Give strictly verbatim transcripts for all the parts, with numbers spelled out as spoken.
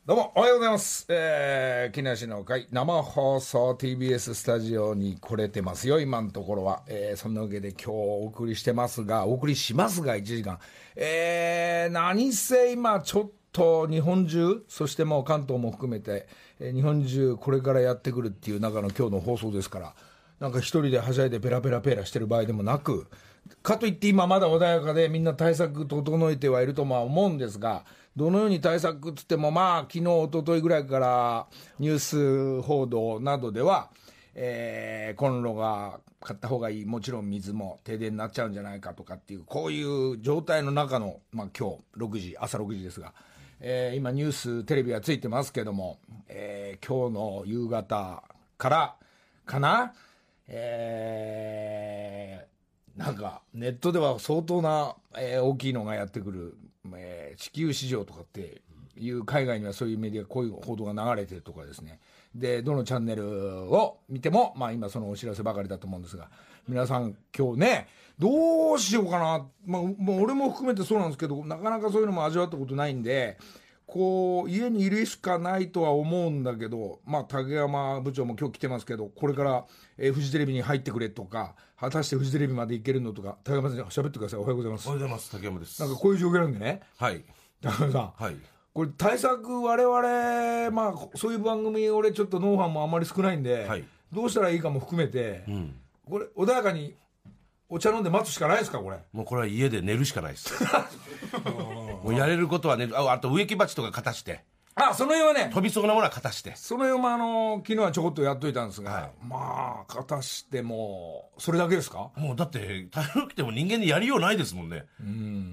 どうもおはようございます。えー、木梨の会生放送 ティービーエス スタジオに来れてますよ今のところは、えー、そんなわけで今日お送りしてますがお送りしますがいちじかん、えー、何せ今ちょっと日本中そしてもう関東も含めて、えー、日本中これからやってくるっていう中の今日の放送ですから、なんか一人ではしゃいでペラペラペラしてる場合でもなく、かといって今まだ穏やかでみんな対策整えてはいるとまあ思うんですが、どのように対策つってもまあ昨日一昨日ぐらいからニュース報道などでは、えー、コンロが買った方がいい、もちろん水も停電になっちゃうんじゃないかとかっていうこういう状態の中の、まあ、今日ろくじ朝ろくじですが、えー、今ニューステレビはついてますけども、えー、今日の夕方からかな、えー、なんかネットでは相当な、えー、大きいのがやってくる、えー、地球市場とかっていう海外にはそういうメディアこういう報道が流れてるとかですね、でどのチャンネルを見ても、まあ、今そのお知らせばかりだと思うんですが、皆さん今日ねどうしようかな、まあ、もう俺も含めてそうなんですけど、なかなかそういうのも味わったことないんでこう家にいるしかないとは思うんだけど、まあ、竹山部長も今日来てますけど、これから、えー、フジテレビに入ってくれとか、果たしてフジテレビまで行けるのとか、竹山さん喋ってください。おはようございます。 おはようございます。竹山です。 なんかこういう状況なんでね、 はい竹山さん、 はい、 これ対策我々、まあ、そういう番組俺ちょっとノウハウもあんまり少ないんで、はい、どうしたらいいかも含めて、うん、これ穏やかにお茶飲んで待つしかないですか。これもうこれは家で寝るしかないですもうやれることは寝る。 あ, あと植木鉢とか片して、 あその辺はね飛びそうなものは片して、 その辺もあの昨日はちょこっとやっといたんですが、はい、まあ片してもそれだけですか。 もうだって大変くても人間にやりようないですもんね。うん、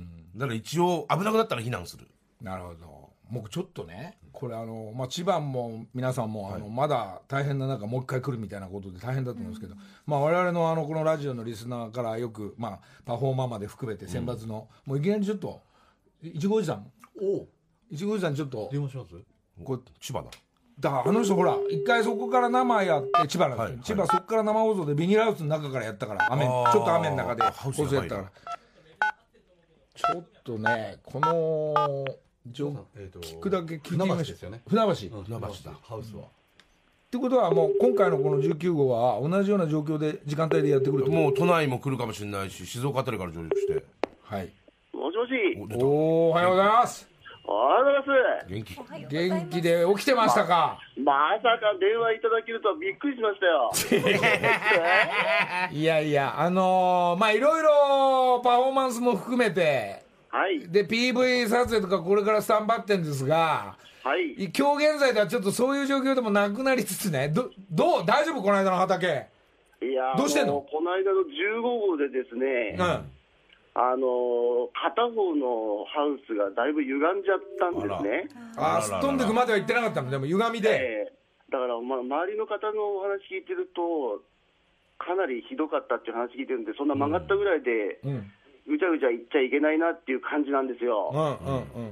だから一応危なくなったら避難する。 なるほど。僕ちょっとねこれあの、まあ、千葉も皆さんも、はい、あのまだ大変な中もう一回来るみたいなことで大変だと思うんですけど、うん、まあ、我々の、あのこのラジオのリスナーからよく、まあ、パフォーマーまで含めて選抜の、うん、もういきなりちょっといちごおじさんおいちごおじさんちょっと電話します。これ千葉だだからあの人ほら一回そこから生やって千葉なんですよ、はい、千葉、はい、そこから生放送でビニールハウスの中からやったから雨ちょっと雨の中で放送やったからちょっとねこのえー、聞くだけ聞いてみましょう。船橋ですよね。船橋、 うん、船橋だハウスは。ってことはもう今回のこのじゅうきゅうごうは同じような状況で時間帯でやってくると。 もう都内も来るかもしれないし、静岡あたりから上陸して。 はい。 もしもし。 おお、おはようございます。 おはようございます。 元気。 元気で起きてましたか。 ま、まさか電話いただけるとはびっくりしましたよ。 いやいや、あのー、まあいろいろパフォーマンスも含めて。はい、で ピーブイ 撮影とかこれからスタンバってんですが、はい、今日現在ではちょっとそういう状況でもなくなりつつね、どどう大丈夫この間の畑。 いやどうしてんの。この間のじゅうごごうでですね、うん、あの片方のハウスがだいぶ歪んじゃったんですね。 ああすっ飛んでくまでは言ってなかったの。でも歪みで、 えー、だから、まあ、周りの方のお話聞いてるとかなりひどかったっていう話聞いてるんで、そんな曲がったぐらいで、うんうんぐちゃぐちゃ言っちゃいけないなっていう感じなんですよ。うんうんうん。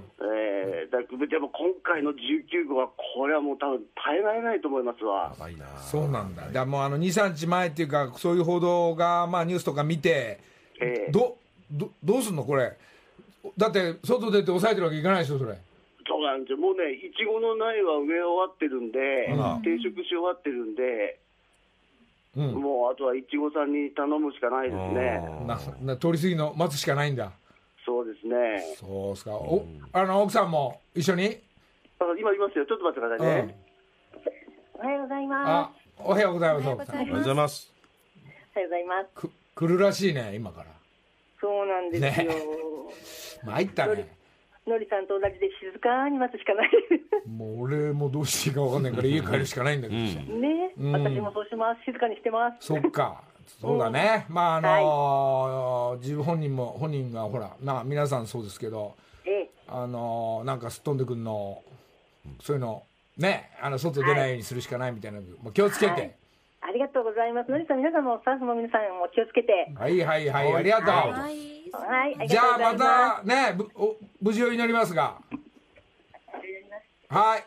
えー、だでも今回のじゅうきゅうごはこれはもう多分耐えられないと思いますわ。 やばいな。そうなんだ。だからもうあのにさんにちまえっていうかそういう報道がまあニュースとか見て、えー、どどどうすんのこれ。だって外出て抑えてるわけいかないでしょそれ。 そうなんですよ。もうねいちごの苗は植え終わってるんで、うん、定食し終わってるんで。うん、もうあとはいちごさんに頼むしかないですね。 なな通り過ぎの待つしかないんだ。 そうですね。 そうですか。おあの奥さんも一緒に。 あ今いますよ。ちょっと待ってくださいね。 うん、おはようございます。あおはようございます。 おはようございます。おはようございます。 おはようございます。 く来るらしいね今から。 そうなんですよ。ね、 参ったね。 のりさんと同じで静かに待つしかない。 もう俺もどうしていいか分かんないから家帰るしかないんだけどさ、 うんね、うん、私もそうします。静かにしてます。 そっかそうだね、うん、まああのーはい、自分本人も本人がほらまあ皆さんそうですけど、ええ、あのー、なんかすっ飛んでくるのそういうのねあの外出ないようにするしかないみたいな、はい、もう気をつけて、はい、 ありがとうございます。のりさん皆さんもスタッフの皆さんも気をつけて。 はいはいはいありがとう、はいはい、じゃあまたねぶお無事を祈りますが、はい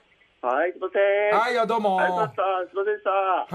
はい、すいません。 はいよ、どうも。 ありがとうございました。すいませんでした。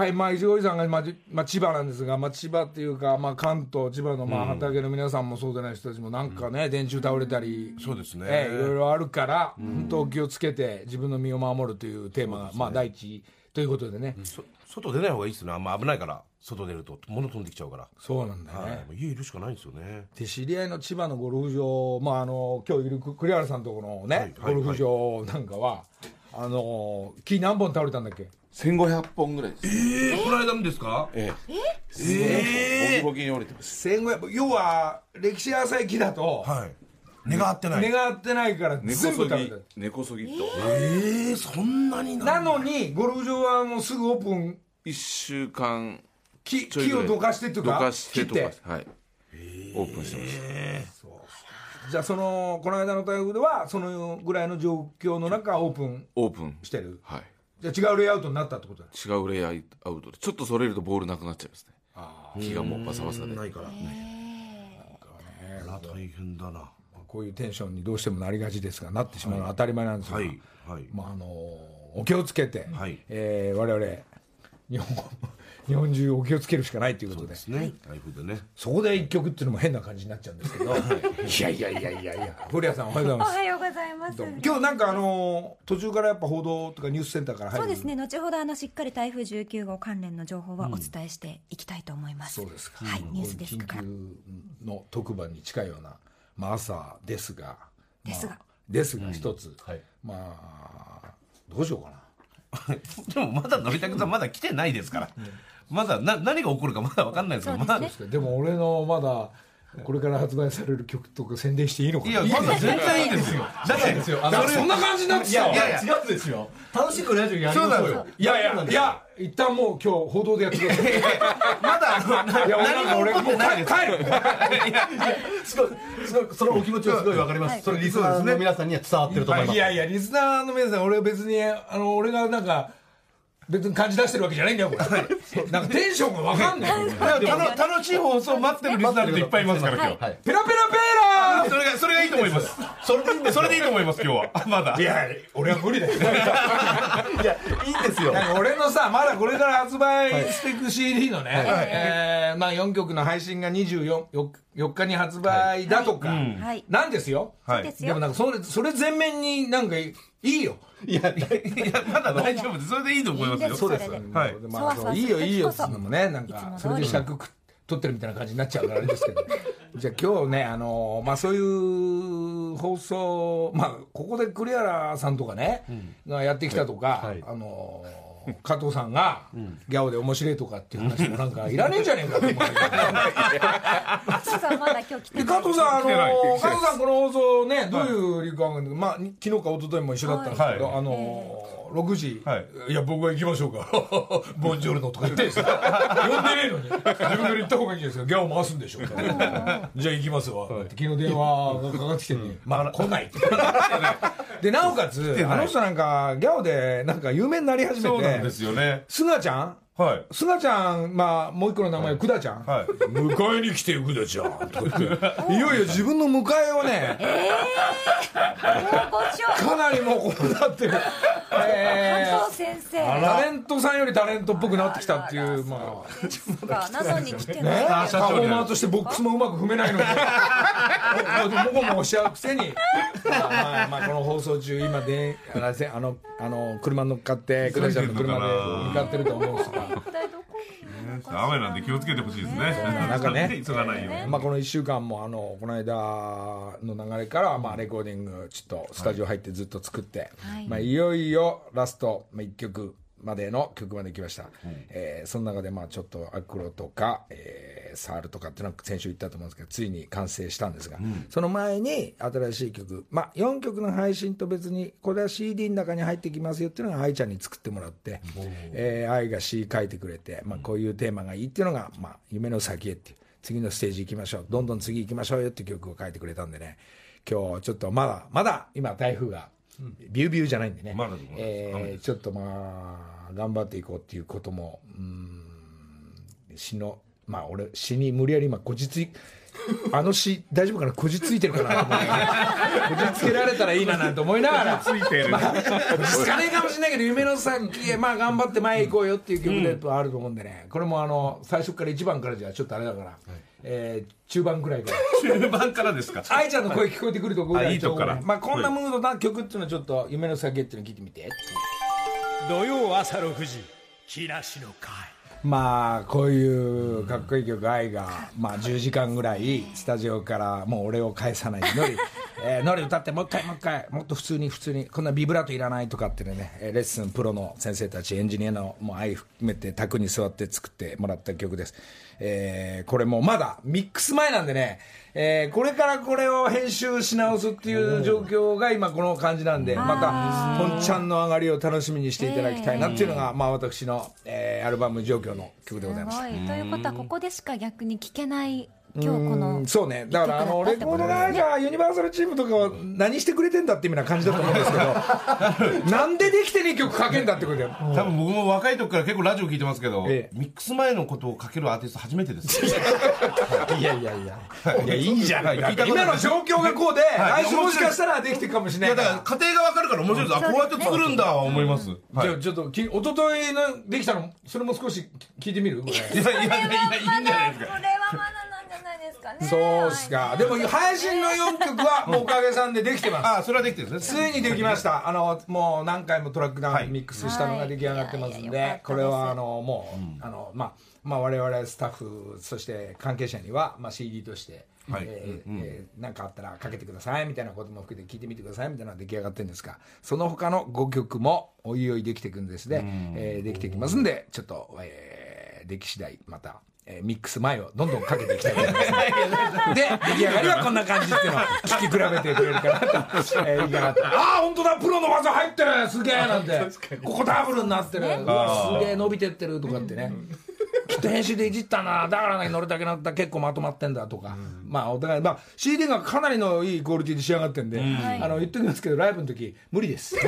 はい、まあ、石堀さんが、まあまあ、千葉なんですが、まあ、千葉っていうか、まあ、関東、千葉の、まあ、畑の皆さんもそうでない人たちも、なんかね、うん、電柱倒れたり、 そうですね、 えー、いろいろあるから、うん、本当気をつけて、自分の身を守るというテーマが、ね、まあ、第一ということでね、うん、 外出ない方がいいですね。あんま危ないから、外出ると物飛んできちゃうから。 そうなんだよね、 はい、家いるしかないんですよね。 で、知り合いの千葉のゴルフ場、まあ、あの今日いる栗原さんのところのね、はいはいはい、ゴルフ場なんかは、あの木何本倒れたんだっけ。 せんごひゃっぽんぐらいです。 えー、この間もですか。 ええええボキボキに折れてます。 せんごひゃく、要は歴史浅い木だと、 はい、根が張ってない根が張ってないから全部食べた。 根こそぎと。 ええー、そんなになのにゴルフ場はもうすぐオープンいっしゅうかん木木をどかしてっていうかどかしてとか、はい、オープンしてます。 じゃあそのこの間の台風ではそのぐらいの状況の中オープンオープンしてる。 はい。 じゃあ違うレイアウトになったってことだ。 違うレイアウトでちょっとそれるとボールなくなっちゃいますね。あ木がもうバサバサでないからね。大変だな。 こういうテンションにどうしてもなりがちですがなってしまうのは当たり前なんですが、はいはい、まああのお気をつけて、はい、えー、我々日本日本中お気をつけるしかないということで、 そうですね、台風でね、 そこで一曲っていうのも変な感じになっちゃうんですけどいやいやいやいやいや、古谷さんおはようございます。 おはようございます。 今日なんかあの途中からやっぱ報道とかニュースセンターから入る。 そうですね、後ほどあのしっかり台風じゅうきゅうごう関連の情報はお伝えしていきたいと思います、 うん、そうですか、 はい、ニュースデスクから緊急の特番に近いような、まあ、朝ですがですが、 まあ、ですが一つ、うん、はい、まあどうしようかなでもまだのりたくさんまだ来てないですから、うん、まだな何が起こるかまだ分かんないですけど、まだでも俺のまだこれから発売される曲とか宣伝していいのかな。 いやまだ全然いいですよ。だってですよ。 そんな感じになってた。 いやいや違うんですよ。楽しくラジオやりましょうよ。 いやいやいや一旦もう今日報道でやってください。 まだいや俺なんか俺もう帰る。 すごいすごいそのお気持ちはすごいわかります。それリスナーの皆さんには伝わってると思います。 いやいやリスナーの皆さん俺は別にあの俺がなんか。別に感じ出してるわけじゃないんだよこれ。なんかテンションが分かんない。 楽しい放送待ってるリスナーっていっぱいいますから今日。ペラペラペーラー。 それがそれがいいと思います。それでいいんです。それでいいと思います今日は。まだ。 いや俺は無理だよ。いやいいんですよ。 なんか俺のさまだこれから発売していく シーディー のね、えまあよんきょくの配信がにじゅうよっかに発売だとかなんですよ。でもなんかそれそれ全面になんかいいよ。 いやいやまだ大丈夫です。それでいいと思いますよ。 そうです。はい。まあいいよいいよっていうのもねなんかそれで尺取ってるみたいな感じになっちゃうからあれですけど。じゃあ今日ねあのまあそういう放送まあここで栗原さんとかねがやってきたとかあの加藤さんがギャオで面白いとかっていう話もなんかいらねえんじゃねえかと思う。 加藤さんまだ今日来てない。 加藤さんあの加藤さんこの放送ねどういう理由かまあ昨日か一昨日も一緒だったんですけどあのろくじいや僕は行きましょうかボンジョルノとか言って呼んでねえのに自分から言った方がいいんじゃないですかギャオ回すんでしょ。じゃあ行きますわ。昨日電話がかかってきてまあ来ないって。でなおかつあの人なんかギャオでなんか有名になり始めて。 そうなんですよね。 すがちゃんはい、すがちゃん、まあ、もう一個の名前、くだちゃん、はい、迎えに来てよ、くだちゃんとか言って、いよいよ自分の迎えをね、えー、かなりもうこうなってる、 えー、加藤先生、 タレントさんよりタレントっぽくなってきたっていう、まあ、なのに来てない、 ね、パフォーマーとしてボックスもうまく踏めないのに、もごもごしちゃうくせに、まあまあ、まあ、この放送中、今で、あの、あの車に乗っかって、くだちゃんの車で向かってると思うんですが。 雨なんで気をつけてほしいですね。なんかね、急がないように。 まあこのいっしゅうかんもあのこの間の流れからまあレコーディングちょっとスタジオ入ってずっと作って、まあいよいよラストまあいっきょくまでの曲まで来ました。えその中でまあちょっとアクロとかサールとかっていうのは先週言ったと思うんですけどついに完成したんですが、その前に新しい曲まあよんきょくの配信と別にこれは シーディー の中に入ってきますよっていうのが愛ちゃんに作ってもらって、え愛が詩書いてくれてまあこういうテーマがいいっていうのがまあ夢の先へっていう次のステージ行きましょうどんどん次行きましょうよっていう曲を書いてくれたんでね今日ちょっとまだまだ今台風がビュービューじゃないんでね、まえー、ちょっとまあ頑張っていこうっていうこともうん詩のまあ俺詩に無理やり今こじついあの詩大丈夫かな、こじついてるかなと思いながらこじつけられたらいいななんて思いながらついてる、 まあ、こじつかねえかもしれないけど夢の先へまあ頑張って前行こうよっていう曲であると思うんでね、これもあの最初からいちばんからじゃちょっとあれだから、はい、えー、中盤くらいから中盤からですか。 愛ちゃんの声聞こえてくるところぐらい、 いいとこから、 まあこんなムードな曲っていうのはちょっと夢の先へっていうのを聞いてみて。 土曜朝ろくじ木梨の会。 まあこういうかっこいい曲愛が、まあ、じゅうじかんぐらいスタジオからもう俺を返さないでノリ、えー、ノリ歌ってもう一回もう一回もっと普通に普通にこんなビブラートいらないとかってね、レッスンプロの先生たちエンジニアのもう愛含めて卓に座って作ってもらった曲です。えー、これもまだミックス前なんでね、えー、これからこれを編集し直すっていう状況が今この感じなんで、また本ちゃんの上がりを楽しみにしていただきたいなっていうのが、まあ私の、えー、アルバム状況の曲でございます。 すごい。ということはここでしか逆に聴けない今日このそうね、だからあのレコード会社ユニバーサルチームとかは何してくれてんだっていうような感じだと思うんですけどなんでできてねえ曲書けんだってことだよ。 多分僕も若い時から結構ラジオ聞いてますけど、 ええ、 ミックス前のことを書けるアーティスト初めてですいやいやいやいやいいじゃないか、今の状況がこうで、はい、来週もしかしたらできてるかもしれない。 いやだから家庭が分かるから面白いです。あ、こうやって作るんだは思います、はい、 じゃあちょっとき一昨日のできたのそれも少し聞いてみる。いやいやいやいやいいんじゃないですか。 これはまだなんじゃないですかね。 そうっすか。でも配信のよんきょくはもうおかげさんでできてます。 ああ、それはできてるんですね。 ついにできました。あのもう何回もトラックダウンミックスしたのが出来上がってますんで、これはあのもう、うん、あのまあまあ我々スタッフそして関係者にはまあ シーディー として。はい、えーうんえー、なんかあったらかけてくださいみたいなことも含めて聞いてみてくださいみたいなのが出来上がってるんですが、その他のごきょくもおいおいできていくんですね、えー、できてきますんで、ちょっと、えー、でき次第また、えー、ミックス前をどんどんかけていきたいと思いますで出来上がりはこんな感じっていうのを聞き比べてくれるかなと、えー、いいかなと。ああ本当だ、プロの技入ってるすげえなんてここダブルになってる、うわすげえ伸びてってるとかってね、きっと編集でいじったな、だからね乗るだけ乗ったら結構まとまってんだとか、うん、まあお互い、まあ、シーディー がかなりのいいクオリティで仕上がってるんで、うん、あの言っておきますけどライブの時無理です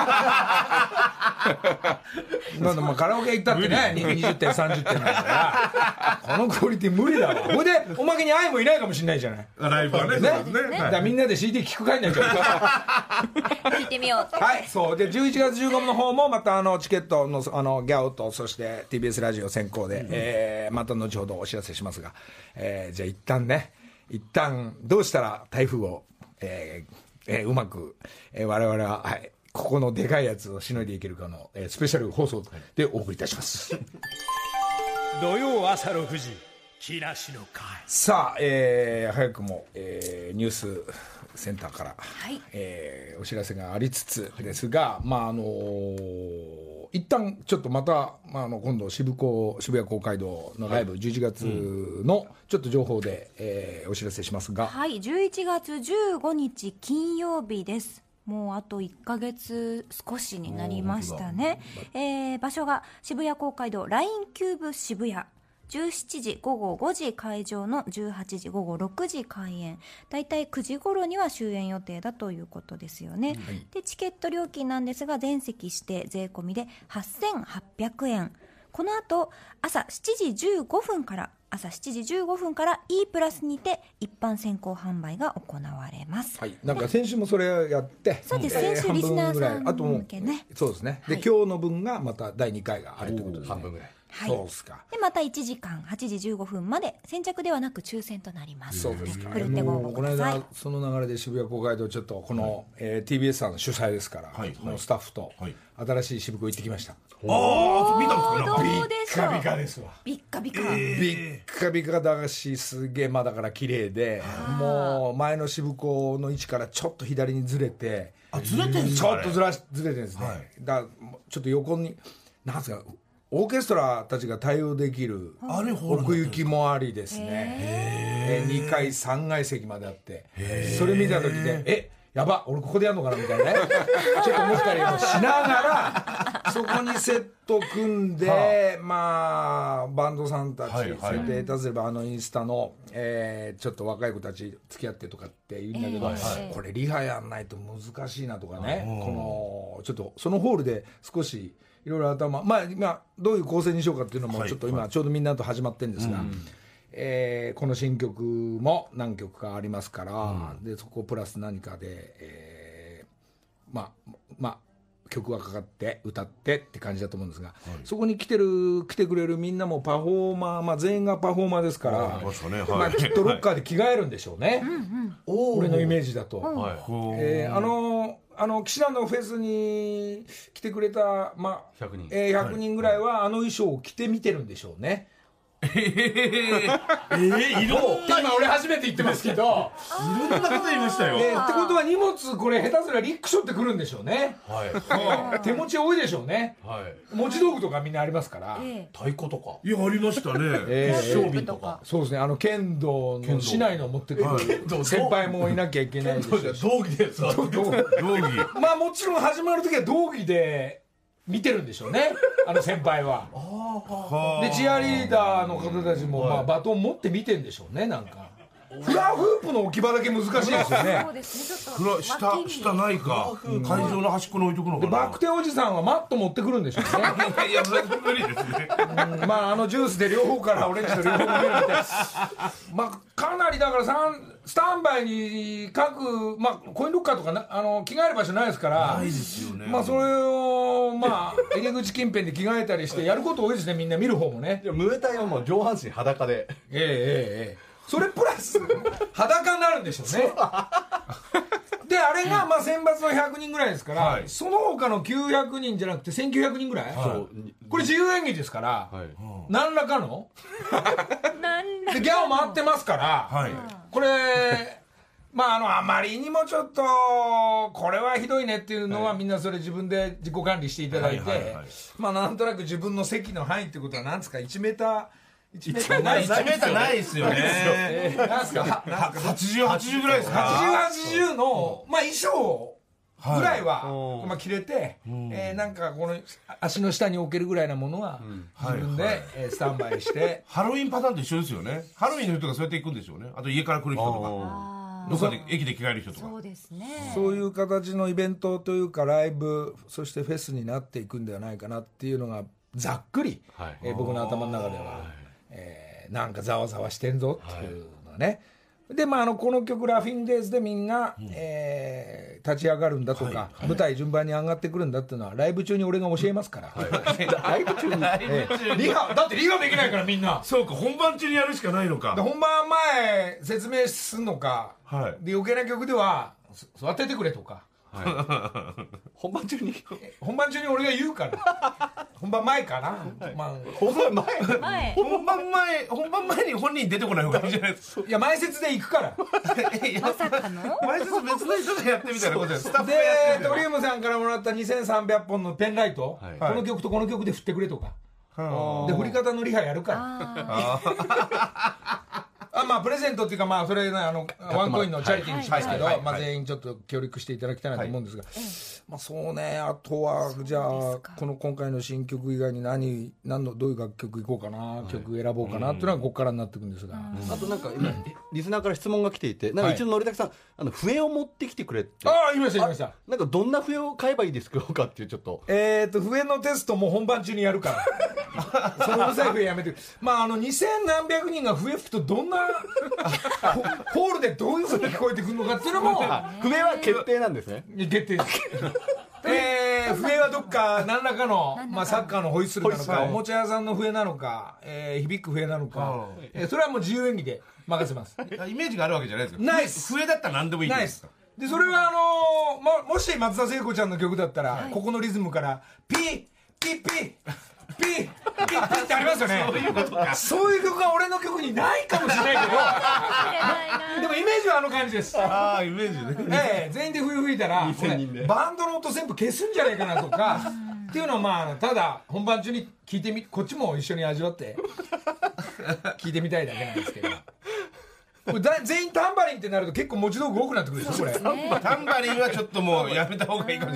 なんでまあカラオケ行ったってねにじゅってんさんじゅってんなんだからこのクオリティ無理だわ。これでおまけに愛もいないかもしれないじゃない、 ライブはね。 ね、 そうですね、 だからみんなで シーディー 聞く会になっちゃう聞いてみようと。 はい、そうでじゅういちがつじゅうごにちの方もまたあのチケットのあのギャオとそして ティービーエス ラジオ先行で、うん、えー、また後ほどお知らせしますが、えー、じゃあ一旦ね一旦どうしたら台風を、えーえー、うまく、えー、我々は、はい、ここのでかいやつをしのいでいけるかの、えー、スペシャル放送でお送りいたします土曜朝ろくじ木梨の会。 さあ、えー、早くも、えー、ニュースセンターから、 はい、 えー、お知らせがありつつですが、まああのー一旦ちょっとまた、まあ、あの今度渋港渋谷公会堂のライブ、はい、じゅういちがつのちょっと情報で、えー、お知らせしますが、 はい、じゅういちがつじゅうごにち金曜日です。もうあといっかげつ少しになりましたね、えー、場所が渋谷公会堂 ライン キューブ渋谷、じゅうしちじごごごじ会場のじゅうはちじごごろくじ開演、だいたいくじ頃には終演予定だということですよね、はい、でチケット料金なんですが全席指定税込みではっせんはっぴゃくえん。この後朝しちじじゅうごふんから朝しちじじゅうごふんから E プラスにて一般先行販売が行われます、 はい、なんか先週もそれをやって、 そうです、先週リスナーさん向けね、 そうですね、で、はい、今日の分がまただいにかいがあるということですね、半分ぐらい、 はい、そうですか。でまたいちじかんはちじじゅうごふんまで先着ではなく抽選となりますので、ふるってご応募ください。 この間その流れで渋谷公会堂ちょっとこの、はい、えー、ティービーエス さんの主催ですから、はい、このスタッフと新しい渋港行ってきました、 ああ見たんですか。 ビッカビカですわ。 ビッカビカ、 えー、ビッカビカだしすげえ、まあだから綺麗で、もう前の渋港の位置からちょっと左にずれて、 あずれてるんですか、 ちょっとずらしずれてるんですね、はい、だからちょっと横になんですか、オーケストラたちが対応できる奥行きもありですね、にかいさんがい席まであって、それ見た時でえやば俺ここでやるのかなみたいなねちょっと思ったりもしながらそこにセット組んで、はあ、まあバンドさんたち、はいはい、それで例えばあのインスタの、えー、ちょっと若い子たち付き合ってとかって言うんだけど、えー、これリハやんないと難しいなとかね、このちょっとそのホールで少しいろいろ頭、まあ今どういう構成にしようかっていうのもちょっと今ちょうどみんなと始まってるんですが、えーこの新曲も何曲かありますから、でそこプラス何かで、えーまあまあ曲がかかって歌ってって感じだと思うんですが、そこに来てる来てくれるみんなもパフォーマー、まあ、全員がパフォーマーですから、まあ、きっとロッカーで着替えるんでしょうね、俺のイメージだと、えーあのあの岸田のフェスに来てくれた、まあ、ひゃくにん、えー、ひゃくにんぐらいはあの衣装を着てみてるんでしょうね。えー、えー、いろんな、今俺初めて言ってますけど、いろんなこと言いましたよ。 えー、ってことは荷物これ下手すらリュックショってくるんでしょうね。はい。手持ち多いでしょうね。はい。持ち道具とかみんなありますから。 えー、太鼓とか。 いやありましたね。 えー、 商品とか。 そうですね。あの剣道の市内の持ってくる先輩もいなきゃいけないですし。 道着で座って。 道着。 まあもちろん始まる時は道着で。見てるんでしょうね、あの先輩は。でチアリーダーの方たちも、まあ、バトン持って見てるんでしょうね。なんかフラフープの置き場だけ難しいですよね。 そうですね、ちょっと下下ないか、会場の端っこに置いとくのかな。 でバクテおじさんはマット持ってくるんでしょうね。 いや無理ですね。 うん、まああのジュースで両方からオレンジと両方飲めるみたいな。まあかなりだからさんスタンバイに各、まあ、コインロッカーとかなあの着替える場所ないですから、 ないですよね。 まあそれをまあ入り口近辺で着替えたりしてやること多いですね、みんな見る方もね。 いやムエタイはもう上半身裸で、 ええええええ、それプラス裸になるんでしょうね。であれがまあ選抜のひゃくにんぐらいですから、はい、その他のきゅうひゃくにんじゃなくてせんきゅうひゃくにんぐらい、はい、これ自由演技ですから、はい、何らかのでギャオ回ってますから、はい、これまああのあまりにもちょっとこれはひどいねっていうのは、はい、みんなそれ自分で自己管理していただいて、はいはいはい、まあなんとなく自分の席の範囲ってことは何ですか、いちメーターいちメーターないいちメーターないですよね。 なんですかはちじゅう、はちじゅうぐらいですか。 はちじゅう、はちじゅうのまあ衣装ぐらいは、まあ、着れて、えー、なんかこの足の下に置けるぐらいなものは自分でスタンバイして、 ハロウィンパターンと一緒ですよね。ハロウィンの人がそうやって行くんでしょうね。あと家から来る人とかどっかで駅で着替える人とか、 そうですね、 そういう形のイベントというかライブ、そしてフェスになっていくんではないかなっていうのがざっくり、はい、えー、僕の頭の中では、はい、えー、なんかざわざわしてんぞっていうのはね、はい、でまあ、あのこの曲「ラフィンデイズ」でみんな、うん、えー、立ち上がるんだとか、はい、舞台順番に上がってくるんだっていうのはライブ中に俺が教えますから、はい、ライブ中に、えー、リハだってリハできないからみんな。 そうか、本番中にやるしかないのか。 本番前説明すんのか、はい、で余計な曲では座っててくれとか、はい、 本番中に本番中に俺が言うから本番前かな、はい、まあ、 本番前前本番前本番前に本人出てこない方がいいじゃないですか。 いや前説で行くからまさかの前説別の人でやってみたいなことです。スタッフでトリウムさんからもらったにせんさんびゃっぽんのペンライト、はい、この曲とこの曲で振ってくれとか、はい、で振り方のリハやるからあ、まあプレゼントっていうか、まあそれね、あのワンコインのチャリティーにしますけど、まあ全員ちょっと協力していただきたいなと思うんですが、はい、まあそうね、あとはじゃあこの今回の新曲以外に何何のどういう楽曲いこうかな、はい、曲選ぼうかなっていうのはここからになっていくんですが、 あとなんか今リスナーから質問が来ていて、なんか一応のりたくさん、あの笛を持ってきてくれって。 ああ、言いました言いました。 なんかどんな笛を買えばいいですかっていうちょっと。 えっと笛のテストも本番中にやるから。そのうるさい笛やめて。まああのにせんなんびゃくにんが笛吹くとどんなホールでどういう風に聞こえてくるのかっていうのも笛は決定なんですね。 決定です。えー、笛はどっか何らかの、まあ、サッカーのホイッスルなのか、おもちゃ屋さんの笛なのか、えー、響く笛なのか、えー、それはもう自由演技で任せます。 イメージがあるわけじゃないですか。 ナイス。 笛だったら何でもいいです。 でそれはあのー、も, もし松田聖子ちゃんの曲だったら、はい、ここのリズムからピッピッピッピッピッピッってありますよね。そういうことか。そういう曲が俺の曲にないかもしれないけどでもイメージはあの感じです。 ああ、イメージね、 えー、全員で笛吹いたらバンドの音全部消すんじゃないかなとかっていうのを、まあただ本番中に聞いてみ、こっちも一緒に味わって聞いてみたいだけなんですけどこれ全員タンバリンってなると結構持ち道具多くなってくるでしょこれ。 タンバリンはちょっともうやめた方がいいかもしれない。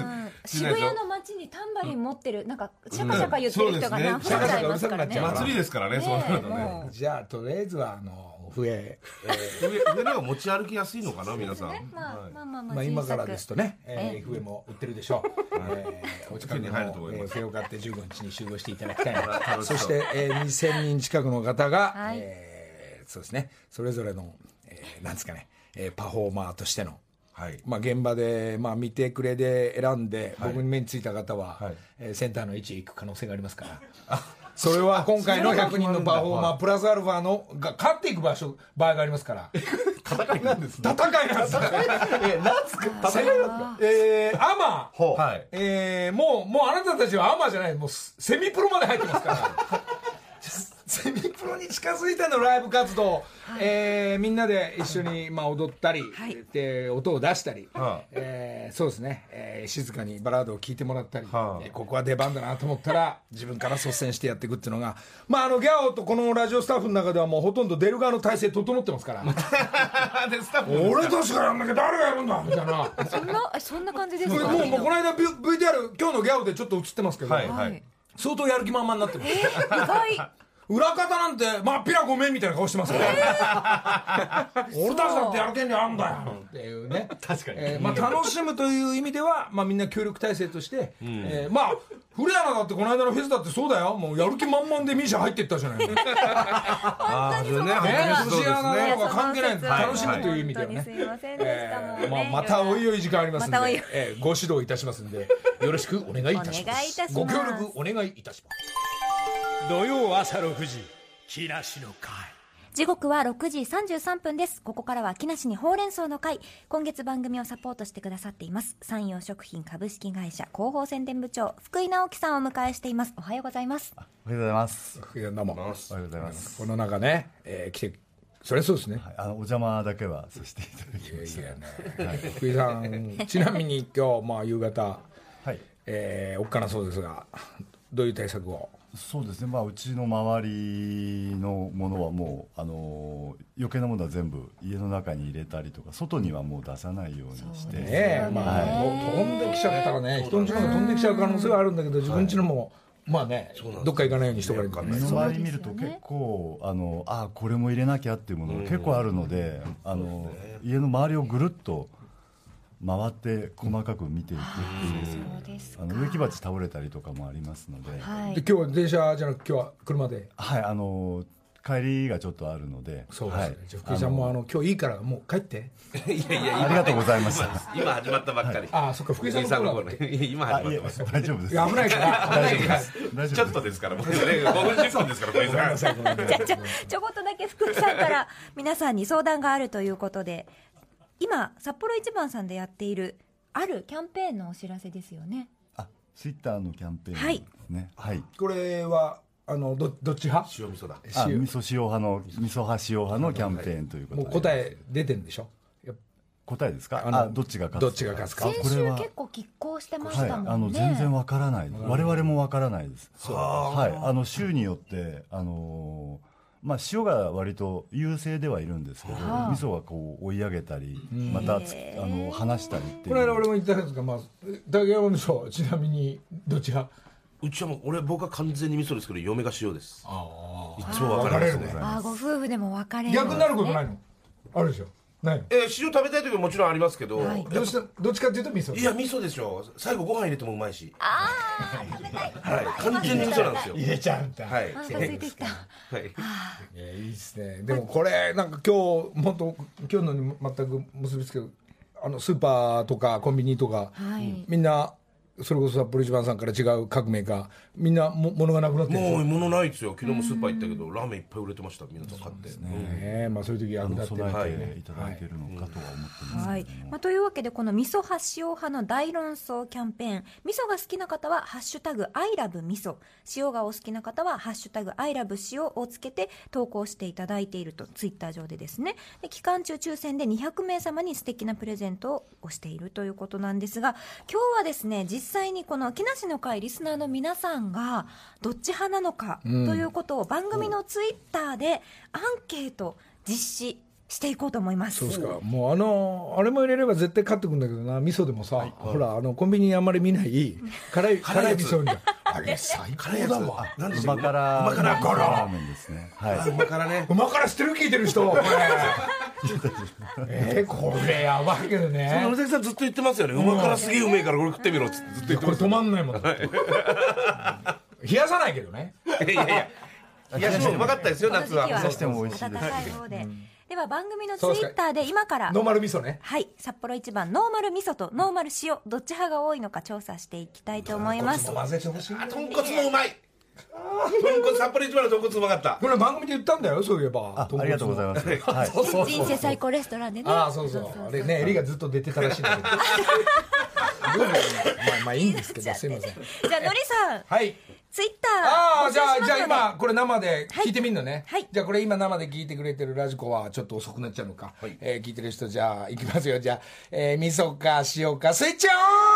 渋谷の街にタンバリン持ってる、なんかシャカシャカ言ってる人が何分ちゃいますからね。 祭りですからね、そうなるとね。 じゃあとりあえずはあの笛、 上上のが持ち歩きやすいのかな、皆さん。 まあまあまあままああ今からですとね、えー、笛も売ってるでしょう。えー、お近く手に入ると思います。 笛を買ってじゅうごにちに集合していただきたいな。そして、えー、にせんにん近くの方が、 はい、 えー、そうですね、それぞれの、えー、なんですかね、えー、パフォーマーとしての、 はい、 まあ、現場で、まあ、見てくれで選んで、はい、僕に目についた方は、はい、えー、センターの位置へ行く可能性がありますからそれは今回のひゃくにんのパフォーマープラスアルファのが勝っていく場所場合がありますから戦いなんですね。 戦いなんですえなんですか戦いなんですか。えー、アマ、はい、えー、もうもうあなたたちはアマじゃない、もうセミプロまで入ってますからセミプロに近づいてのライブ活動、はい、えー、みんなで一緒に、まあ、踊ったり、はい、で音を出したり、はい、えー、そうですね、えー、静かにバラードを聴いてもらったり、はい、えー、ここは出番だなと思ったら自分から率先してやっていくっていうのが、まあ、あのギャオとこのラジオスタッフの中ではもうほとんど出る側の体制整ってますからでスタッフ俺たちがやんなきゃ誰がやるんだみたいなそんなそんな感じですか。 もうもうこの間 ブイティーアール 今日のギャオでちょっと映ってますけど、はいはい、相当やる気満々になってます、 えー、意外裏方なんてまっぴらごめんみたいな顔してますから、えー、俺たちだってやる権利あんだよっていうね。 確かに、 えーまあ、楽しむという意味では、まあ、みんな協力体制として、うん、えー、まあ古谷だってこの間のフェスだってそうだよ、もうやる気満々でミーシャ入っていったじゃないああ、そうね、 寿司屋なのか関係ないんです、楽しむという意味ではね。 すいませんでしたもんね、 えーまあ、またおいおい時間ありますんで、 またおいおい、 えー、ご指導いたしますんでよろしくお願いいたします。ご協力お願いいたします。 土曜朝ろくじ木梨の会。 時刻はろくじさんじゅうさんぷんです。ここからは木梨にほうれん草の会。今月番組をサポートしてくださっています山陽食品株式会社広報宣伝部長福井直樹さんをお迎えしています。おはようございます。 おはようございます。 福井さんどうもおはようございます。 この中ね、えー、来てそれそうですね、 はい、あのお邪魔だけはさせていただきました。いやいや、ね、はい、 福井さんちなみに今日、まあ、夕方、 はい、 えー、おっかなそうですがどういう対策を。 そうですね、まあ、うちの周りのものはもうあの余計なものは全部家の中に入れたりとか外にはもう出さないようにしてねえ、まあ、はい、飛んできちゃったらね、人んちのが飛んできちゃう可能性はあるんだけど自分ちのも、はい、まあね、どっか行かないようにしとかないと。 目の周り見ると結構あのあこれも入れなきゃっていうものが結構あるので、あの家の周りをぐるっと回って細かく見ていくっていう、あの植木鉢倒れたりとかもありますので、 はい、 で今日は電車じゃなく今日は車で、 はい、あの帰りがちょっとあるので、 そうですね、はい、じゃあ福井さんもあの今日いいからもう帰っていやいやありがとうございます。 今始まったばっかり、はい、 ああそっか、福井さんの頃今始まってます。 大丈夫です、 いや危ないから大丈夫です、ちょっとですからもうねごふんじゅっぷんですから福井さんじゃあちょちょこっとだけ福井さんから皆さんに相談があるということで、今札幌一番さんでやっているあるキャンペーンのお知らせですよね。 あ、ツイッターのキャンペーンですね。はい。はい、 これはあの ど, どっち派？ 塩味噌だ。 あ、味噌塩派の味噌派塩派のキャンペーンということで。 もう答え出てるんでしょ？ 答えですか？あ、どっちが勝つか。 どっちが勝つか。 先週結構拮抗してましたもんね。 はい、あの全然わからない。我々もわからないです。そう。はい。あの州によってあのー。まあ、塩が割と優勢ではいるんですけど、はあ、味噌がこう追い上げたりまたあの離したりっていう。 この間俺も言ったんですが、まあ、竹山味噌ちなみにどっち派？ うちはもう俺僕は完全に味噌ですけど嫁が塩です。 ああ、いつも分かれるね。 ああ、ご夫婦でも分かれる、 ね、逆になることないの？あるでしょ？ないの？ えー、塩食べたい時ももちろんありますけど、はい、 ど, うしどっちかっていうと味噌。 いや味噌でしょ。最後ご飯入れてもうまいし。 ああ、食べたい。 はい、完全に味噌なんですよ。 入れちゃうんだ。 はい。 あ、ついてきた。はい。 いや、いいですね。でもこれなんか今日もっと今日のに全く結びつける、あのスーパーとかコンビニとか、はい、みんな。それこそ札幌一番さんから違う各メーカーみんなも物がなくなってる。 もう物ないですよ。昨日もスーパー行ったけどラーメンいっぱい売れてました。皆さん買って。 そうですね。うん、まあそういう時役立って備えていただいているのかとは思ってます。 はい。まあというわけでこの味噌派塩派の大論争キャンペーン、味噌が好きな方はハッシュタグ アイラブ 味噌、塩がお好きな方はハッシュタグ アイラブ 塩をつけて投稿していただいているとツイッター上でですね。で期間中抽選でにひゃくめいさまに素敵なプレゼントをしているということなんですが、今日はですね実際にこの木梨の会リスナーの皆さんがどっち派なのかということを番組のツイッターでアンケート実施していこうと思います。 そうですか。もうあのあれも入れれば絶対勝ってくんだけどな。味噌でもさ、はい、ほらあのコンビニにあんまり見ない辛い辛い味噌にあれ最高だわ。 なんでうま辛うま辛ラーメンですね。はい。 うま辛ね。 うま辛知ってる聞いてる人これ。えー、これやばいけどね。 その野崎さんずっと言ってますよね。うま辛すげえうめえからこれ食ってみろっつってずっと言ってます。 これ止まんないもん。冷やさないけどね。 いやいや。冷やしもうまかったですよ夏は。 冷やしても美味しいです。 温かい方で。では番組のツイッターで今からノーマル味噌ね。 はい、札幌一番ノーマル味噌とノーマル塩どっち派が多いのか調査していきたいと思います。 混ぜてほしい。 豚骨もうまい。豚骨札幌一番の豚骨うまかった。 これ番組で言ったんだよそういえば。 あ, ありがとうございます。はい、 人生最高レストランでね。 ああそうそう。あれねエリがずっと出てたらしいんだけど。まあまあいいんですけどすいません。 じゃあのりさん。 はい。 ツイッターああじゃあじゃあ今これ生で聞いてみるのね、 はい、 じゃあこれ今生で聞いてくれてるラジコはちょっと遅くなっちゃうのか、はい、えー、聞いてる人じゃあいきますよ。じゃあ、えー、味噌か塩かスイッチ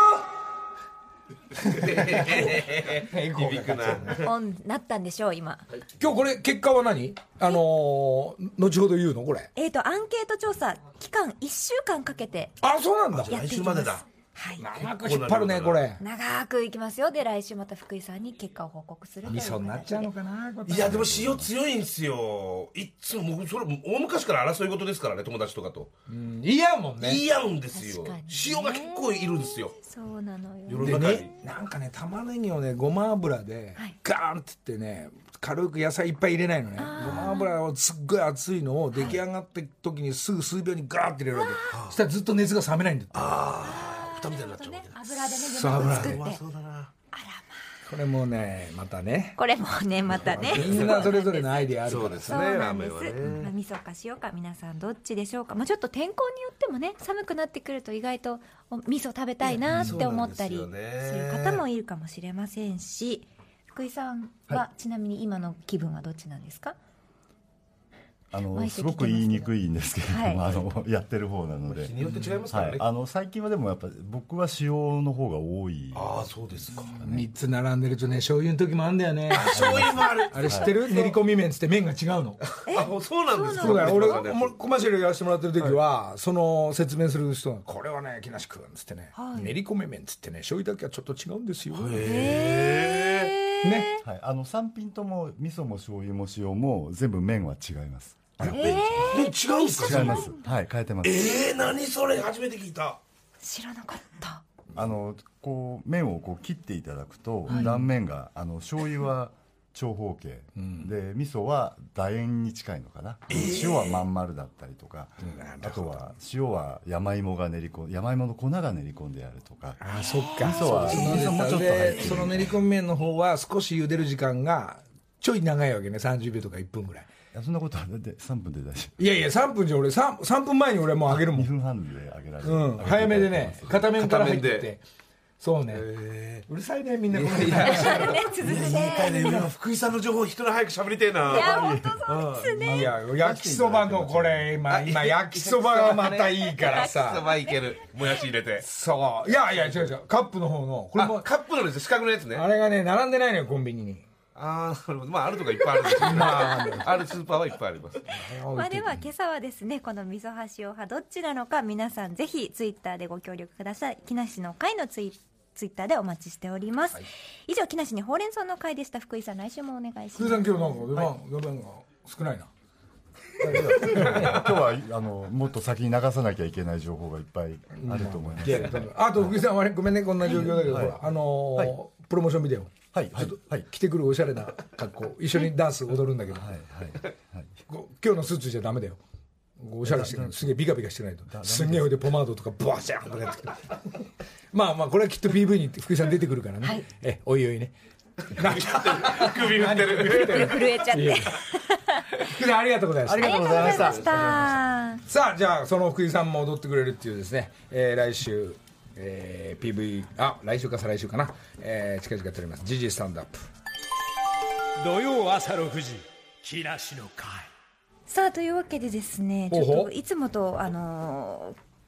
オン響くなオンなったんでしょう今。 今日これ結果は何あのー、後ほど言うのこれ。 えっ、ー、とアンケート調査期間いっしゅうかんかけてあそうなんだ来週までだ。 はい、 長く引っ張るねこれ。 長くいきますよ。で来週また福井さんに結果を報告するという味噌になっちゃうのかな。 いやでも塩強いんですよ。いつも僕それ大昔から争い事ですからね友達とかと。 うん言い合うもんね。 言い合うんですよ。塩が結構いるんですよ。 そうなのよ。 世の中に、 ね、なんかね玉ねぎをねごま油でガーンってってね軽く野菜いっぱい入れないのね。ごま油をすっごい熱いのを出来上がって時にすぐ数秒にガーって入れるわけ。そしたらずっと熱が冷めないんだって。 ああ蓋みたいになっちゃうわけね。 油でね全部作って。 そうだな。あらまこれもねまたねこれもねまたねみんなそれぞれのアイデアあるから。 そうなんです。まあ、味噌か塩か皆さんどっちでしょうか。まあ、ちょっと天候によってもね寒くなってくると意外と味噌食べたいなって思ったりする方もいるかもしれませんし、福井さんは、はい、ちなみに今の気分はどっちなんですか。 あのすごく言いにくいんですけれども、はい、あのやってる方なので日によって違いますからね、 はい、あの最近はでもやっぱ僕は塩の方が多い。 ああそうですか、ね、 みっつ並んでるとね醤油の時もあるんだよね。 醤油もあるあれ知ってる、はい、練り込み麺つって麺が違うの。 あそうなんですか。 そうだよ俺コマーシャルやらせてもらってる時は、はい、その説明する人がこれはね木梨君つってね、はい、練り込み麺つってね醤油だけはちょっと違うんですよ。 へえ、 ね、 はい、あのさん品とも味噌も醤油も塩も全部麺は違います。 えー、違うんですか。 違います。はい、変えてます。 えー、何それ初めて聞いた。 知らなかった。 あのこう麺をこう切っていただくと、はい、断面があの醤油は長方形、うん、で味噌は楕円に近いのかな、えー、塩はまん丸だったりとか、あとは塩は山芋が練り込ん山芋の粉が練り込んであるとか。 あそっか。 味噌は味噌もちょっと入ってる。 その練り込み麺の方は少し茹でる時間がちょい長いわけね。さんじゅうびょうとかいっぷんぐらい。 いやそんなことはでさんぷんで大丈夫。 いやいやさんぷんじゃ俺 3, さんぷんまえに俺もう揚げるもん。 にふんはんで揚げられる、 うん、早めでね片面から入っててそうね、えー、うるさいねみんな。これいや続くね。 福井さんの情報人の早く喋りてえな。 いや本当そうですね。 いや焼きそばのこれ今今焼きそばがまたいいからさ。 焼きそばいける。もやし入れて。 そういやいや違う違うカップの方のこれもカップのです四角のやつね。 あれがね並んでないのよコンビニに。 ああまああるとかいっぱいあるんですけど、まあ、あるスーパーはいっぱいあります。 まあでは今朝はですねこの味噌派塩派どっちなのか皆さんぜひツイッターでご協力ください。木梨の会のツイツイッターでお待ちしております、はい、以上木梨にほうれん草の会でした。福井さん来週もお願いします。 福井さん今日なんか出番、はい、出番が少ないな。 今日はあのもっと先に流さなきゃいけない情報がいっぱいあると思います、 うん、あと福井さんはごめんねこんな状況だけど、はい、ほらあのーはい、プロモーションビデオはいはいはい、 着てくるおしゃれな格好一緒にダンス踊るんだけど、はいはいはい、今日のスーツじゃダメだよ。おしゃれしてるすげえビカビカしてないとすげえでポマードとかブワーシャーンとかやってくるまあまあこれはきっと ピーブイ に福井さん出てくるからね、はい、えおいおいね首振ってる震えちゃって福井さんありがとうございました。 ありがとうございました。 さあじゃあその福井さんも踊ってくれるっていうですね、えー、来週えー、ピーブイ あ来週か再来週かな、えー、近々撮ります。ジジイスタンドアップ土曜朝ろくじ木梨の会。 さあというわけでですねちょっといつもとあのー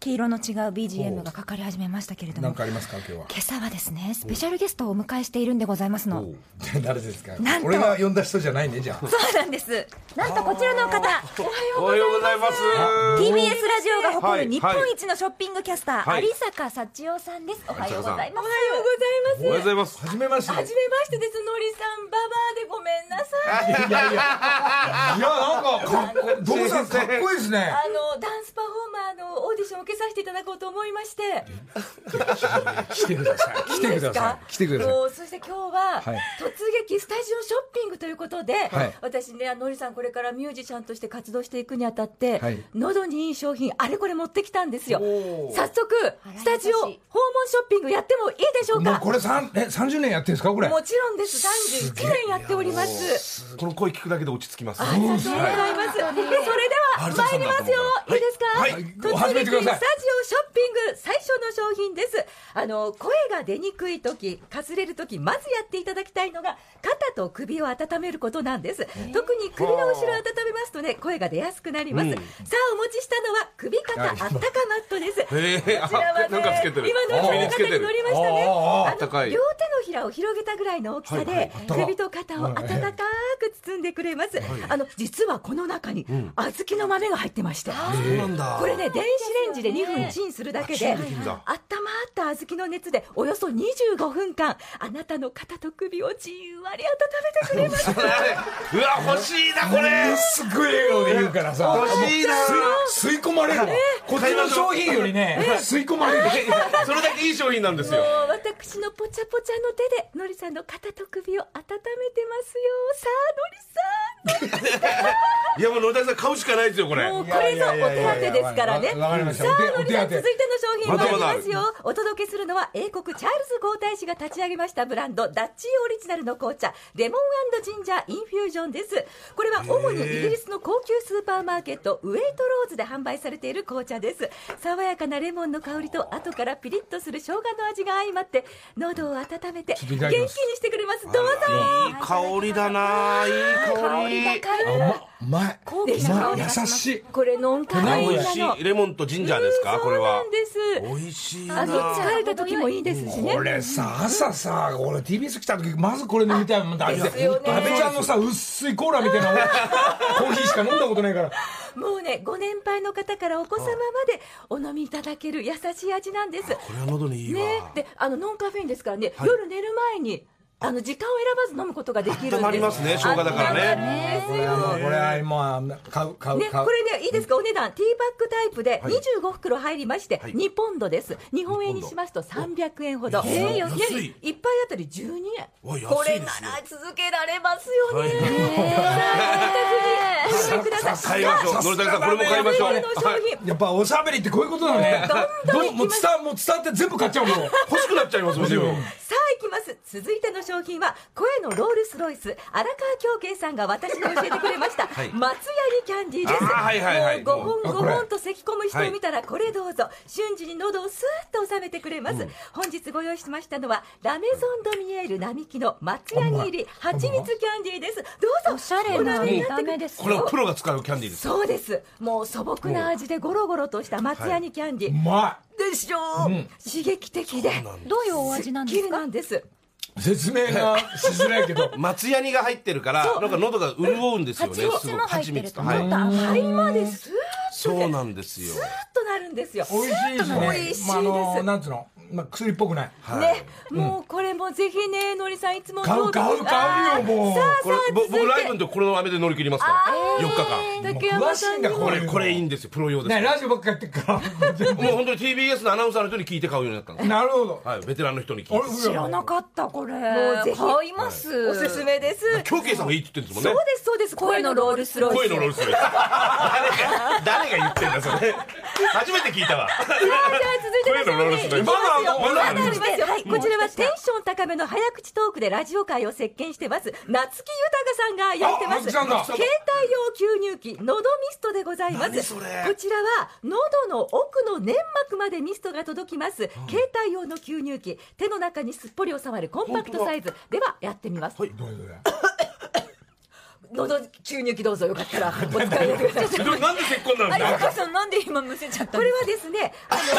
毛色の違う ビージーエム がかかり始めましたけれども、 何かありますか今日は。 今朝はですねスペシャルゲストをお迎えしているんでございますの。 誰ですか。 なんと俺が呼んだ人じゃないね。じゃあそうなんです。なんとこちらの方、 おはようございます。 ティービーエス ラジオが誇る日はい本一のショッピングキャスター、 はい有坂幸代さんです。おはようございます。 おはようございます。 おはようございます。 はじめまして。 はじめましてです。のりさん、ババアでごめんなさい。 いやいやいやなんかかっこどこさんかっこいいですね。 あのダンスパフォーマーのオーディションを受けさせていただこうと思いまして。 来てください。来てください。来てください。 もうそして今日は、 はい突撃スタジオショッピングということで、 はい私ね、のりさんこれからミュージシャンとして活動していくにあたって、 はい喉にいい商品あれこれ持ってきたんですよ。 おー早速スタジオ訪問ショッピングやってもいいでしょうか。 もうこれ三え三十年やってるんですかこれ。 もちろんです。さんじゅういちねんやっております。 この声聞くだけで落ち着きます。 ありがとうございます。それでは参りますよ。いいですか。 はい突撃スタジオショッピング最初の商品です。あの声が出にくいとき、かすれるとき、まずやっていただきたいのが肩と首を温めることなんです。特に首の後ろを温めますとね、声が出やすくなります。 うんさあお持ちしたのは首肩あったかマットです。こへーちらはね、 なんかつけてる今の首につけてる肩に乗りましたね。 あーあーああったかいの両手のひらを広げたぐらいの大きさで、 はいはい首と肩を温かく包んでくれます。あの実はこの中に小豆の豆が入ってまして、 そうなんだ。 これね電子レンジでにふんチンするだけで、 チンできるんだ温まった小豆の熱でおよそにじゅうごふんかんあなたの肩と首をじんわり温めてくれます。 うわ欲しいなこれ。 すごい笑顔で言うからさ。 欲しいな。 吸い込まれるわ。こっちの商品よりね吸い込まれる。 それだけいい商品なんですよ。 もう私のぽちゃぽちゃの手でのりさんの肩と首を温めてますよ。さあのりさんいやもう野田さん買うしかないですよこれ。 もうこれぞお手当ですからね。 わかりました。 さあ、 お手当のりさん、続いての商品まだまだある参りますよ。お届けするのは英国チャールズ皇太子が立ち上げましたブランドダッチオリジナルの紅茶レモン&ジンジャーインフュージョンです。これは主にイギリスの高級スーパーマーケットウェイトローズで販売されている紅茶です。爽やかなレモンの香りと後からピリッとする生姜の味が相まって喉を温めて元気にしてくれます。どうぞ。 いい香りだな。いい香り。 うまい。 高貴な香りがします。 優しい。 これノンカフェイン美味しなの。 いレモンとジンジャーですかこれは。 そうなんです。 美味しいあのな。 疲れた時もいいですしね。 これさ朝さ俺 ティービーエス 来た時まずこれ飲みたいもんだって。 ですよね阿部ちゃんのさ薄いコーラみたいなコーヒーしか飲んだことないから。 もうねご年配の方からお子様までお飲みいただける優しい味なんです。 これは喉にいいわ。 ね、であのノンカフェインですからね、 はい夜寝る前にあの時間を選ばず飲むことができるんです。 温まりますね生姜だからね。 これはもうこれは今買う買うね、 買う。 これねいいですか、お値段ティーバッグタイプではいにじゅうごふくろ入りまして、 はいにポンドです。日本円にしますとさんびゃくえんほど。 安いえー安いね、いっぱいあたりじゅうにえん。 わ安いですねこれなら続けられますよね。 はいさあ、おめください。 買いましょう。野田さんこれも買いましょう。 続いての商品、 やっぱおしゃべりってこういうことだね。 どんどんもう伝わもう伝わって全部買っちゃうもん。 欲しくなっちゃいますもん。 さあ行きます。続いての商品は声のロールスロイス荒川京慶さんが私に教えてくれました、 はい松ヤニキャンディーです。 あーはいはいはいもうごほんあこれごほんと咳込む人を見たらこれどうぞ、瞬時に喉をスーッと収めてくれます、本日ご用意しましたのはラメゾンドミエール並木の松ヤニ入り蜂蜜キャンディーです。どうぞおしゃれなお飲みに見たなってく目ですこれはよ。 プロが使うキャンディーです。 そうです。もう素朴な味でゴロゴロとした松ヤニキャンディー、 うまでしょう、刺激的でどういうお味なんすっきりですか。 なんです。 い。説明がしづらいけど。 松ヤニが入ってるからなんか喉が潤うんですよね。 蜂すごく蜂蜜と。はい。 肺までスーッそうなんですよ。 となるんですよ。 美味しいしね。 美味しいです。 まああのなんつうの、まあ薬っぽくない。 ね、もうこれもぜひね、のりさんいつも買う買う買うよもう。 さあこれさあ続いてぼ僕ライブの時これの飴で乗り切りますからよっかかん。 竹山さんにもこれこれいいんですよ。プロ用ですねから。 ラジオばっかやってっから。 もう本当に ティービーエス のアナウンサーの人に聞いて買うようになったんです。 なるほど。 はい、ベテランの人に聞いて。 知らなかったこれ。もうぜひ買います。 おすすめです。 京慶さんがいいって言ってるんですそうもんね。 ですそうです。声のロールスロイス。 声のロールスロイス。誰が誰が言ってんだそれ。初めて聞いたわ。 さあじゃあ続いての声のロールスロイス。 まだありますよ。 まだあるまだありますよ。はい、こちらはテンション高めの早口トークでラジオ界を席巻してます夏木豊さんがやってます。 あ夏木さんだ携帯用吸入器のどミストでございます。 何それこちらは喉の奥の粘膜までミストが届きます、携帯用の吸入器、手の中にすっぽり収まるコンパクトサイズではやってみます。 はい。 どれどれ。 喉注入器どうぞよかったらお使いになってください。 なんでせっこんなんですか。 有坂さんなんで今むせちゃったこれんですか。 はですね、あの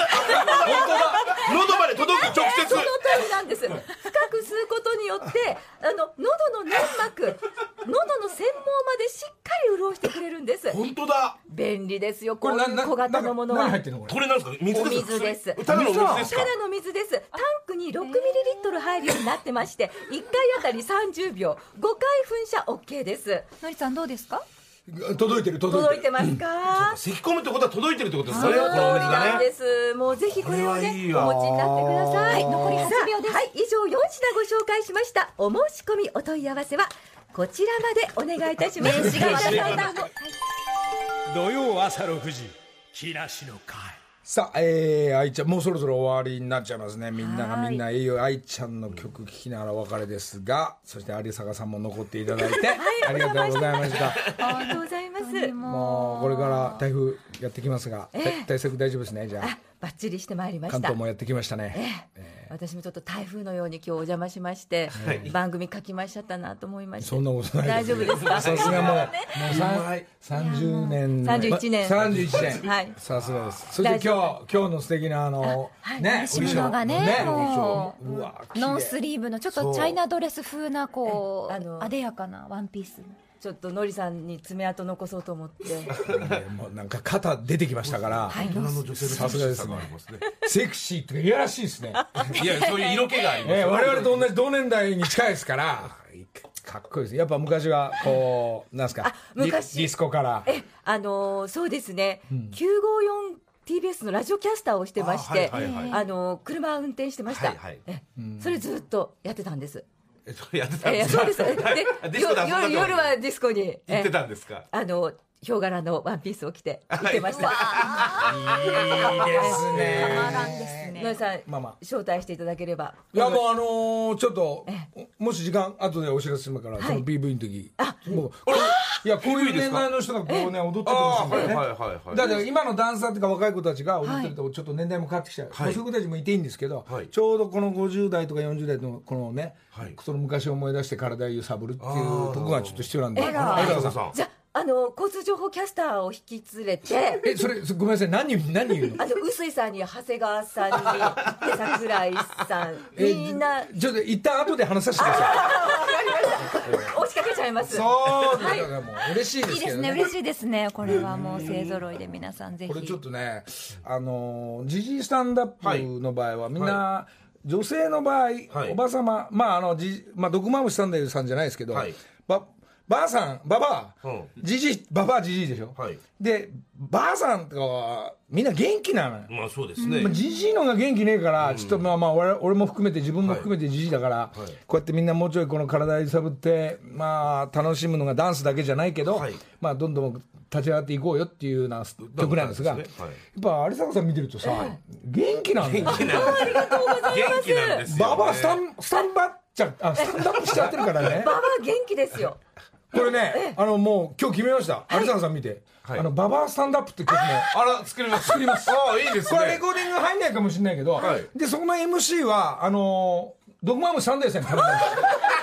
喉まで届く直接。 その通りなんです。深く吸うことによってあの喉の粘膜、喉の繊毛までしっかり潤してくれるんです。 本当だ。 便利ですよ。ここれなういう小型のものは。 何入ってるのこれ。 これなんですか。水おですか。 水です。 ただの水ですか。 ただの水です。タンクにろくミリリットル入るようになってまして、いっかいあたりさんじゅうびょう、ごかい噴射 OK です。 のりさんどうですか。 届いてる届いてる。 届いてますか。 咳込むってことは届いてるってことですね。 その通りこのお水なんがね。 です。もうぜひこれをこれねはいいわお持ちになってください。 残りはちびょうです。 はい、以上よんひんご紹介しました。お申し込みお問い合わせはこちらまでお願いいたします。 名刺が渡されたの。 土曜朝ろくじ木梨の会。 さあ、えー、愛ちゃんもうそろそろ終わりになっちゃいますね。みんながみんな栄養愛ちゃんの曲聴きながらお別れですが、そして有坂さんも残っていただいて、ありがとうございました。 ありがとうございます。 もうこれから台風やってきますが、 ええ対策大丈夫ですね。じゃあバッチリしてまいりました。 関東もやってきましたね。 ええ私もちょっと台風のように今日お邪魔しまして、番組書きましちゃったなと思いました。 そんなことない大丈夫ですか。 さすがもうもうさんじゅうねんさんじゅういちねんさんじゅういちねんはいさすがです。それで今日今日の素敵なあのね下野がねもうわうノンスリーブのちょっとチャイナドレス風なこうあのあでやかなワンピース。 ちょっとのりさんに爪痕残そうと思ってもうなんか肩出てきましたから大人の女性のさすがですねありますね。 セクシーっていやらしいですね。 いや、そういう色気がありますよ。 えー我々と同じ同年代に近いですからかっこいいです。やっぱ昔はこうなんですかあ昔ディディスコからえあのーそうですね、きゅうごよんティービーエス のラジオキャスターをしてましてあ、 あはいはいあのー車運転してました、 はいはいえそれずっとやってたんです。 えそれやってたんえですか。 そうです。でディスコで遊んだ夜夜はディスコに行ってたんですか。 えあのヒョウ柄のワンピースを着て行ってました。 いいですね。 たまらんですね。 のりさん、 まあまあ招待していただければ。 いやもうあのーちょっとえもし時間後でお知らせしますから、その ピーブイ の時もうあれいやこういう年代の人がこうね踊ってくるんですよね。 はいはいはいはい。 だから今のダンサーとか若い子たちが踊ってるとちょっと年代も変わってきちゃう、 はいまあそういう子たちもいていいんですけど、 はいちょうどこのごじゅう代とかよんじゅう代のこのね、 はいその昔を思い出して体を揺さぶるっていうとこがちょっと必要なんで。 あら相川さんさん。 じゃあの交通情報キャスターを引き連れて。 えそれそれごめんなさい何人何人いるの？ あの臼井さんに長谷川さんに桜井さんみんなちょっと一旦後で話させてくださ押しかけちゃいまい。 す。 そうだからもう嬉しいでいいですねすけどね。 嬉しいですね。これはもう勢ぞろいで皆さんぜひ。 これちょっとね、あのー、ジジイスタンダップの場合はみんな、女性の場合、 はいおばさま、まああのじまあ毒まむしさんだよさんじゃないですけど、 はいばばあさん、ばばあうん、 じじい、ばばあじじいでしょ。 はいで、ばあさんとかはみんな元気なのよ。 まあそうですねまあ、。じじいのが元気ねえから、ちょっとまあまあ俺俺も含めて自分も含めてじじいだから、 いこうやってみんなもうちょいこの体揺さぶってまあ楽しむのがダンスだけじゃないけど、 はいまあどんどん立ち上がっていこうよっていうような曲なんですが、 そうですねはいやっぱ有坂さん見てるとさ、元気なんだよ。 元気なんです。元気なんですよ。 ババアスタンスタンバっちゃあスタンダップしちゃってるからね。 ババア元気ですよ。 これね、あのもう今日決めました。有坂さん見て、 はいあのババアスタンダップって曲も。 あら作ります。作ります。ああいいですこれレね。 コーディング入んないかもしれないけど、 はいでそこの エムシー はあのー、ドクマムサンデーさんに頼んだんですよ。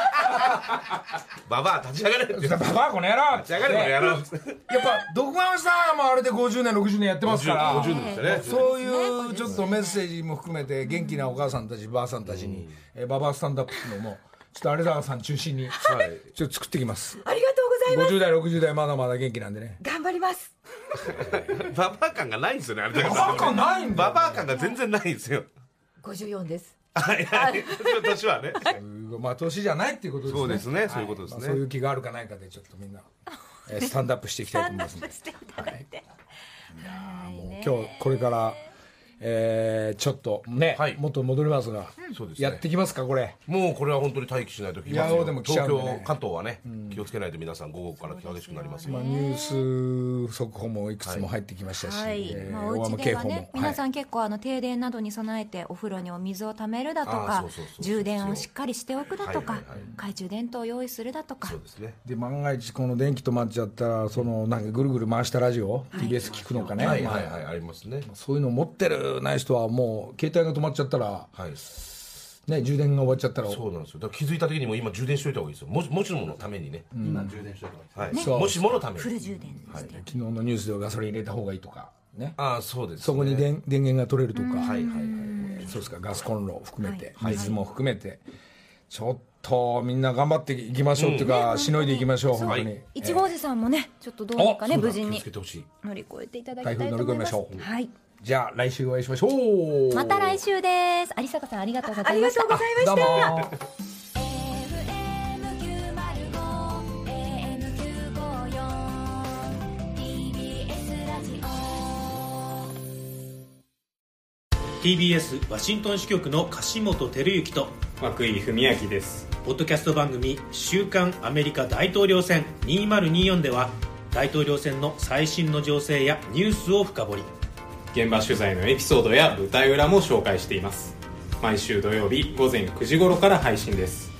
ババア立ち上がれって。 ババアこの野郎っつって立ち上がれこの野郎。 やっぱドクマムさんもあれでごじゅうねんろくじゅうねんやってますからごじゅうねんですよね。 そういうちょっとメッセージも含めて元気なお母さんたちばあさんたちに、えーババアスタンダップっていうのもちょっと有坂さん中心にはい。 ちょっと作ってきます。 ありがとうございます。 ごじゅう代ろくじゅう代まだまだ元気なんでね。 頑張ります。 ババア感がないんですよね。あれだババア感ないんだよババア感が全然ないんですよ。 ごじゅうよんです。 はいはい。年はね。 まあ年じゃないっていうことですね。 そうですねそういうことですねまあそういう気があるかないかでちょっとみんな、えースタンドアップしていきたいと思いますんで。 していただいて。 今日これから、えーちょっとね、 はい元に戻りますが、 そうですねやってきますかこれ。 もうこれは本当に待機しないときますよいやでも来ちゃ東うんでね京関東はね気をつけないと皆さん午後から激しくなりますよ。 まあ、ニュース速報もいくつも入ってきましたし、 はいえーまあ、お大雨家では警報も、 ね皆さはいん結構あの停電などに備えてお風呂にお水をためるだとあーかそうそうそうそう充電をしっかりしておくだとかはいはいはい懐中電灯を用意するだとかそうですね。 で万が一この電気止まっちゃったらそのなんかぐるぐる回したラジオ、ティービーエス 聞くのかね、 はいはいはいありますね。 そういうの持ってるない人はもう携帯が止まっちゃったらはい。 ね、充電が終わっちゃったら。 そうなんですよ。だから気づいた時にも今充電しといた方がいいですよ。もしもしものためにね。 今充電しといた方がいいです。はい。もしものために。 フル充電して。 昨日のニュースではガソリン入れた方がいいとかね。 ああ、そうですね。 そこに電電源が取れるとか。 はいはいはい。 そうですか、ガスコンロを含めて、水も含めて、ちょっとみんな頑張っていきましょうっていうか、しのいでいきましょう、本当に。 いち号寺さんもね、ちょっとどうにかね、無事に乗り越えていただきたいと思います。 台風乗り越えましょう。 はい。 じゃあ来週お会いしましょう。 また来週です。有坂さんありがとうございました。 ありがとうございました。 どうも。 ティービーエス ワシントン支局の樫本照之と涌井文明です。 ポッドキャスト番組週刊アメリカ大統領選にせんにじゅうよんでは大統領選の最新の情勢やニュースを深掘り、 現場取材のエピソードや舞台裏も紹介しています。毎週土曜日午前くじ頃から配信です。